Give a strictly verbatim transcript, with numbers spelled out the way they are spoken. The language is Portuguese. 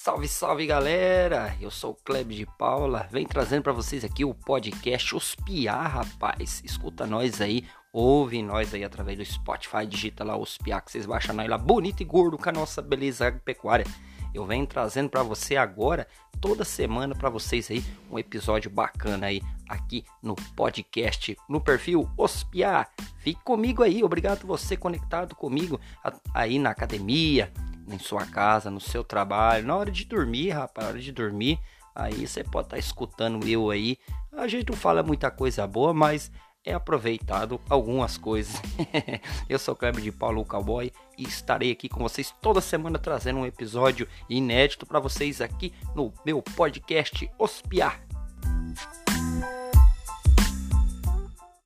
Salve, salve galera! Eu sou o Kleber de Paula, vem trazendo para vocês aqui o podcast Ospiar, rapaz. Escuta nós aí, ouve nós aí através do Spotify, digita lá Ospiar que vocês vão achar nós lá bonito e gordo com a nossa beleza agropecuária. Eu venho trazendo para você agora, toda semana para vocês aí, um episódio bacana aí aqui no podcast, no perfil Ospiar. Fique comigo aí, obrigado você conectado comigo aí na academia, em sua casa, no seu trabalho, na hora de dormir, rapaz, na hora de dormir, aí você pode estar escutando eu aí. A gente não fala muita coisa boa, mas é aproveitado algumas coisas. Eu sou o Kleber de Paulo, o Cowboy, e estarei aqui com vocês toda semana trazendo um episódio inédito para vocês aqui no meu podcast Ospiar.